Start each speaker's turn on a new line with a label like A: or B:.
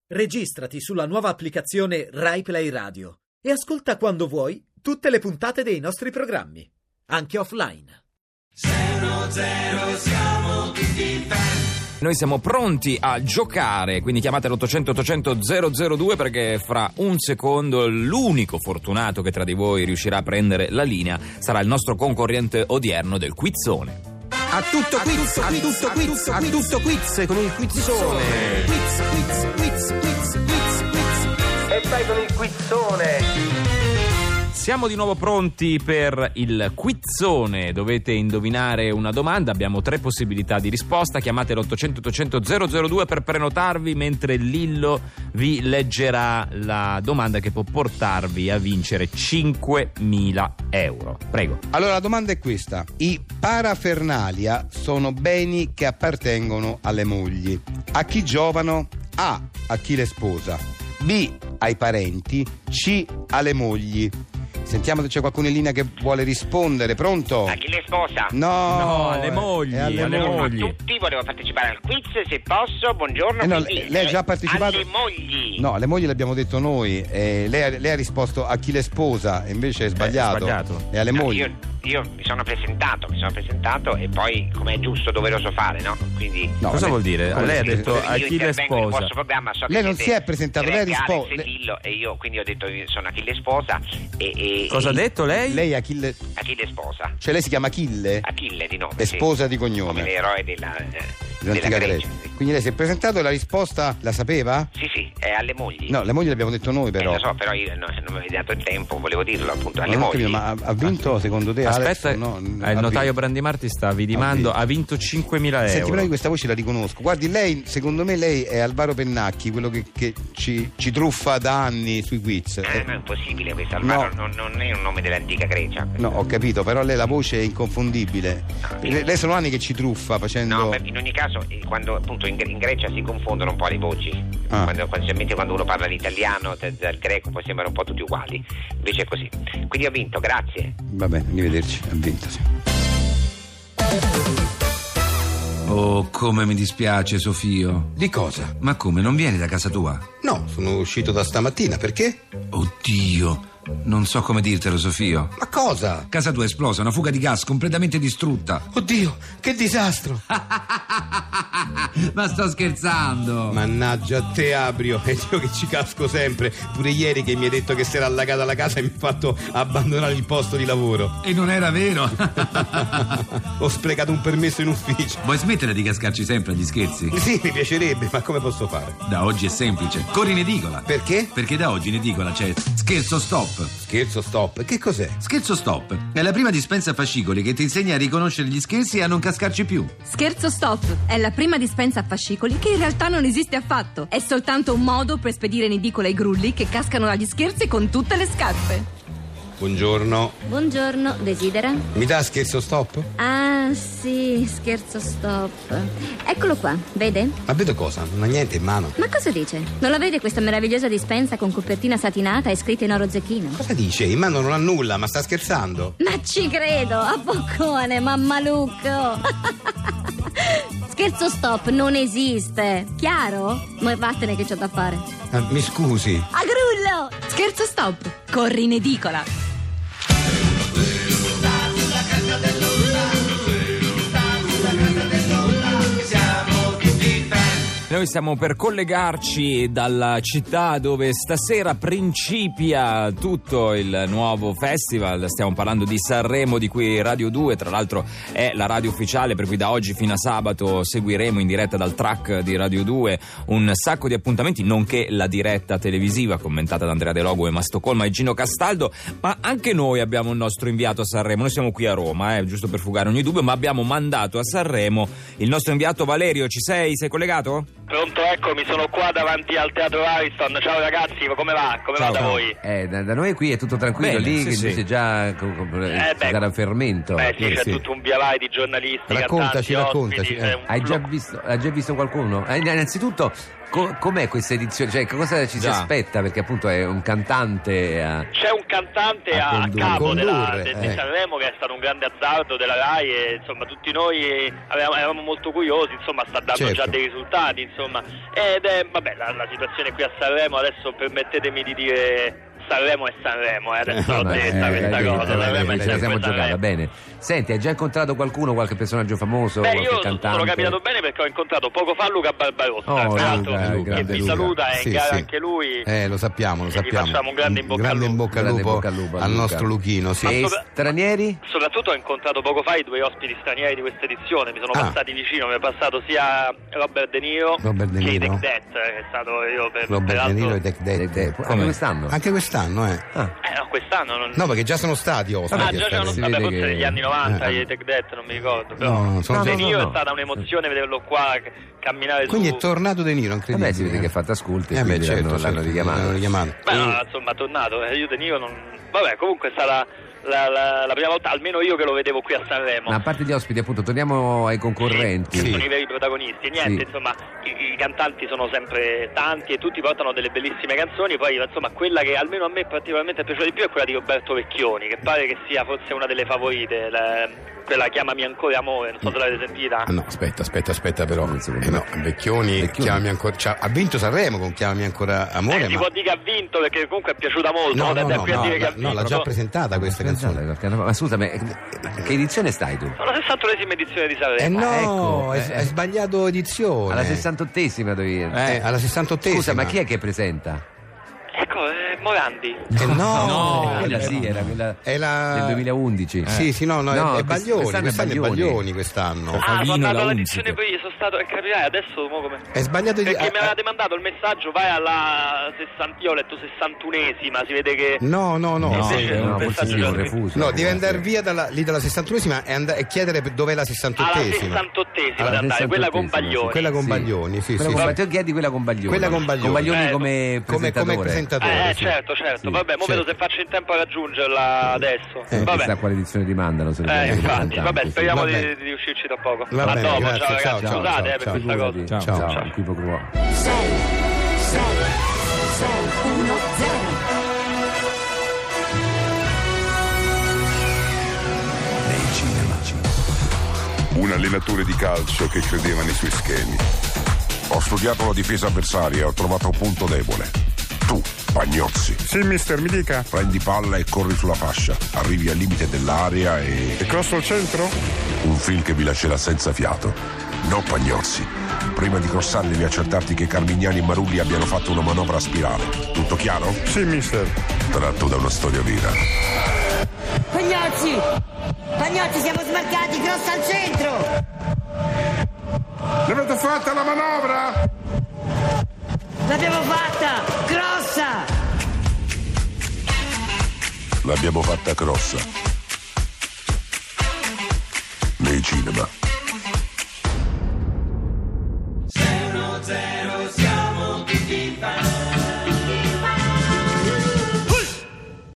A: Registrati sulla nuova applicazione Rai Play Radio e ascolta quando vuoi tutte le puntate dei nostri programmi, anche offline.
B: 00 siamo tutti fan.
C: Noi siamo pronti a giocare, quindi chiamate l'800 800 002 perché fra un secondo l'unico fortunato che tra di voi riuscirà a prendere la linea sarà il nostro concorrente odierno del quizzone.
D: A tutto quiz con il quizzone. Quiz. E vai con il quizzone.
C: Siamo di nuovo pronti per il quizzone. Dovete indovinare una domanda, abbiamo 3 possibilità di risposta. Chiamate l'800 800 002 per prenotarvi, mentre Lillo vi leggerà la domanda che può portarvi a vincere 5.000 euro. Prego.
D: Allora la domanda è questa: i parafernalia sono beni che appartengono alle mogli. A chi giovano? A chi le sposa, B ai parenti, C alle mogli. Sentiamo se c'è qualcuno in linea che vuole rispondere. Pronto?
E: A chi le sposa?
C: No, alle mogli.
D: alle
C: mogli.
E: A tutti volevo partecipare al quiz, se posso. Buongiorno.
D: No,
E: quindi,
D: lei ha già partecipato.
E: Alle mogli.
D: No, alle mogli l'abbiamo detto noi. Lei ha risposto a chi le sposa, invece è sbagliato.
C: Sbagliato.
D: E alle
E: No,
D: mogli.
E: Io mi sono presentato e poi, come è giusto, doveroso fare, no? Quindi
D: No,
C: Cosa vuol dire?
D: come
C: Lei ha
D: si-
C: detto a
E: io
C: chi le
E: intervengo nel
C: sposa.
E: vostro programma, so che
D: Lei non
E: siete
D: si è presentato, lei ha
E: Greg,
D: risposto.
E: Alex e Lillo, e io quindi ho detto io sono a chi le sposa e
C: Cosa ha detto lei?
D: Lei Achille,
E: a chi le sposa?
D: cioè lei si chiama Achille?
E: Achille di nome,
D: E
E: sì.
D: sposa di
E: Come
D: cognome.
E: l'eroe della
D: Dell'antica
E: Grecia.
D: Grecia. Quindi lei si è presentato e la risposta la sapeva?
E: Sì, è alle mogli.
D: No, le mogli l'abbiamo detto noi però.
E: Lo so, però io non mi avete dato il tempo, volevo dirlo appunto,
D: Ma
E: alle
D: non ho
E: mogli.
D: capito, ma ha vinto secondo te
C: Aspetta,
D: Alex? No,
C: il notaio Brandimarti sta vidimando, ha vinto 5.000
D: Senti,
C: euro.
D: però io questa voce la riconosco. Guardi, lei, secondo me lei è Alvaro Pennacchi, quello che ci truffa da anni sui quiz.
E: No, è impossibile questo, Alvaro non è un nome dell'antica Grecia.
D: No, ho capito, però lei la voce è inconfondibile. Lei sono anni che ci truffa facendo...
E: No, in ogni caso, quando appunto in Grecia si confondono un po' le voci, specialmente quando uno parla l'italiano, dal greco poi sembrano un po' tutti uguali, invece è così. Quindi ho vinto, grazie.
D: Va bene, arrivederci, ha vinto, sì.
B: Oh, come mi dispiace, Sofio.
F: Di cosa?
B: Ma come, non vieni da casa tua?
F: No, sono uscito da stamattina, perché?
B: Oddio, non so come dirtelo, Sofio.
F: Ma cosa?
B: Casa tua è esplosa, una fuga di gas completamente distrutta.
F: Oddio, che disastro!
B: Ma sto scherzando.
F: Mannaggia a te, Abrio, e io che ci casco sempre. Pure ieri che mi hai detto che si era allagata la casa e mi hai fatto abbandonare il posto di lavoro.
B: E non era vero.
F: Ho sprecato un permesso in ufficio.
B: Vuoi smettere di cascarci sempre agli scherzi?
F: Sì, mi piacerebbe, ma come posso fare?
B: Da oggi è semplice, corri in edicola.
F: Perché?
B: Perché da oggi in edicola c'è Scherzo Stop.
F: Scherzo, stop. Che cos'è?
B: Scherzo Stop è la prima dispensa fascicoli che ti insegna a riconoscere gli scherzi e a non cascarci più.
G: Scherzo Stop è la prima dispensa a fascicoli che in realtà non esiste affatto. È soltanto un modo per spedire in edicola i grulli che cascano dagli scherzi con tutte le scarpe.
F: Buongiorno.
H: Buongiorno, desidera?
F: Mi dà scherzo stop?
H: Ah, sì, scherzo stop. Eccolo qua, vede?
F: Ma vedo cosa? Non ha niente in mano.
H: Ma cosa dice? Non la vede questa meravigliosa dispensa con copertina satinata e scritta in oro zecchino?
F: Cosa dice? In mano non ha nulla, ma sta scherzando?
H: Ma ci credo, a boccone, mammalucco! Scherzo stop non esiste, chiaro? Ma vattene che c'ho da fare.
F: Mi scusi.
H: A grullo!
G: Scherzo Stop, corri in edicola.
C: Noi stiamo per collegarci dalla città dove stasera principia tutto il nuovo festival. Stiamo parlando di Sanremo, di cui Radio 2, tra l'altro, è la radio ufficiale, per cui da oggi fino a sabato seguiremo in diretta dal track di Radio 2 un sacco di appuntamenti, nonché la diretta televisiva commentata da Andrea De Logo, Emma Stoccolma e Gino Castaldo. Ma anche noi abbiamo il nostro inviato a Sanremo. Noi siamo qui a Roma, giusto per fugare ogni dubbio, ma abbiamo mandato a Sanremo il nostro inviato Valerio. Ci sei? Sei collegato?
I: Pronto, eccomi, sono qua davanti al Teatro Ariston. Ciao ragazzi, come va? Come va da voi?
J: Da noi qui è tutto tranquillo.
C: Bene,
J: lì
C: sì,
J: invece
C: sì.
J: già sarà fermento.
I: Beh, sì, c'è tutto un via vai di giornalisti,
D: Raccontaci,
I: cantanti,
D: raccontaci.
I: ospiti,
J: Hai già visto qualcuno? Innanzitutto com'è questa edizione? Cioè, cosa ci si aspetta? Perché appunto è un cantante.
I: C'è un cantante a capo di Sanremo, che è stato un grande azzardo della Rai, e insomma tutti noi eravamo molto curiosi, insomma sta dando già dei risultati, insomma, ed è la situazione qui a Sanremo, adesso permettetemi di dire Sanremo è Sanremo, adesso l'ho detta questa cosa.
J: Ce la siamo giocata, bene. Senti, hai già incontrato qualcuno, qualche personaggio famoso, qualche cantante?
I: Sono capitato bene perché ho incontrato poco fa Luca Barbarossa, che vi saluta, è in gara anche lui.
D: Lo sappiamo.
I: Gli facciamo un grande in bocca al lupo
D: al nostro Luchino.
J: E stranieri?
I: Soprattutto ho incontrato poco fa i 2 ospiti stranieri di questa edizione, mi sono passati vicino, mi è passato sia Robert De Niro che i Tech Death, che è stato io per
D: Robert De Niro e Tech Death. Anche quest'anno?
I: No, quest'anno non...
D: No, perché già sono stati ospiti.
I: Forse negli anni 90, i Tech Death, non mi ricordo. Però De Niro è stata un'emozione vederlo qua camminare.
D: Quindi è tornato De Niro, incredibile.
J: Si vede che ha fatto ascolti, quindi l'hanno richiamato.
I: Insomma, è tornato. Io De Niro non... Vabbè, comunque è stata la prima volta, almeno io, che lo vedevo qui a Sanremo.
J: Ma a parte gli ospiti, appunto, torniamo ai concorrenti.
I: Sono i veri protagonisti. Niente, insomma, i cantanti sono sempre tanti e tutti portano delle bellissime canzoni. Poi, insomma, quella che almeno a me particolarmente è piaciuta di più è quella di Roberto Vecchioni, che pare che sia forse una delle favorite. Quella Chiamami ancora amore, non so se l'avete sentita.
D: No, aspetta però. Vecchioni, Chiamami ancora. Ha vinto Sanremo con Chiamami ancora amore.
I: Si può dire che ha vinto, perché comunque è piaciuta molto.
D: No, l'ha già presentata questa canzone.
J: Ma scusami, che edizione stai tu?
I: Sono la 61esima edizione di Sanremo.
D: Hai sbagliato edizione.
J: Alla 68esima dovevi.
D: Alla 68esima.
J: Scusa, ma chi è che presenta?
I: Ecco, Morandi.
J: Quella sì, era quella del 2011.
D: Sì, no, è Baglioni. Quest'anno è Baglioni quest'anno.
I: Sono andato all'edizione poi, sono stato, capirai adesso come.
D: È sbagliato
I: perché mi avevate mandato il messaggio, vai alla 60, io ho letto 61esima, si vede che.
D: No.
J: Forse sì, un refuso.
D: No, devi andare via lì dalla 61esima e chiedere dov'è la 68esima.
I: Alla 68esima da andare, quella con Baglioni.
D: Quella con Baglioni, sì.
J: Tu chiedi quella con Baglioni.
D: Quella con Baglioni
J: come presentatore.
I: Certo. Vabbè, mo vedo se faccio in tempo a raggiungerla adesso.
J: Vabbè. Chissà quale edizione ti mandano.
I: Infatti, vabbè, speriamo di riuscirci tra poco. A dopo, ciao ragazzi, scusate per questa cosa.
J: Ciao. Equipo Cruò.
K: 6 1 0.
L: Nei cinema. Un allenatore di calcio che credeva nei suoi schemi. Ho studiato la difesa avversaria e ho trovato un punto debole. Tu, Pagnozzi.
M: Sì, mister, mi dica.
L: Prendi palla e corri sulla fascia. Arrivi al limite dell'area e
M: crosso al centro?
L: Un film che vi lascerà senza fiato. No, Pagnozzi. Prima di crossare devi accertarti che Carmignani e Marulli abbiano fatto una manovra a spirale. Tutto chiaro?
M: Sì, mister.
L: Tratto da una storia vera.
N: Pagnozzi, siamo smarcati, cross al centro!
M: L'avete fatta la manovra?
N: L'abbiamo fatta! Crossa!
L: L'abbiamo fatta crossa. Nei cinema.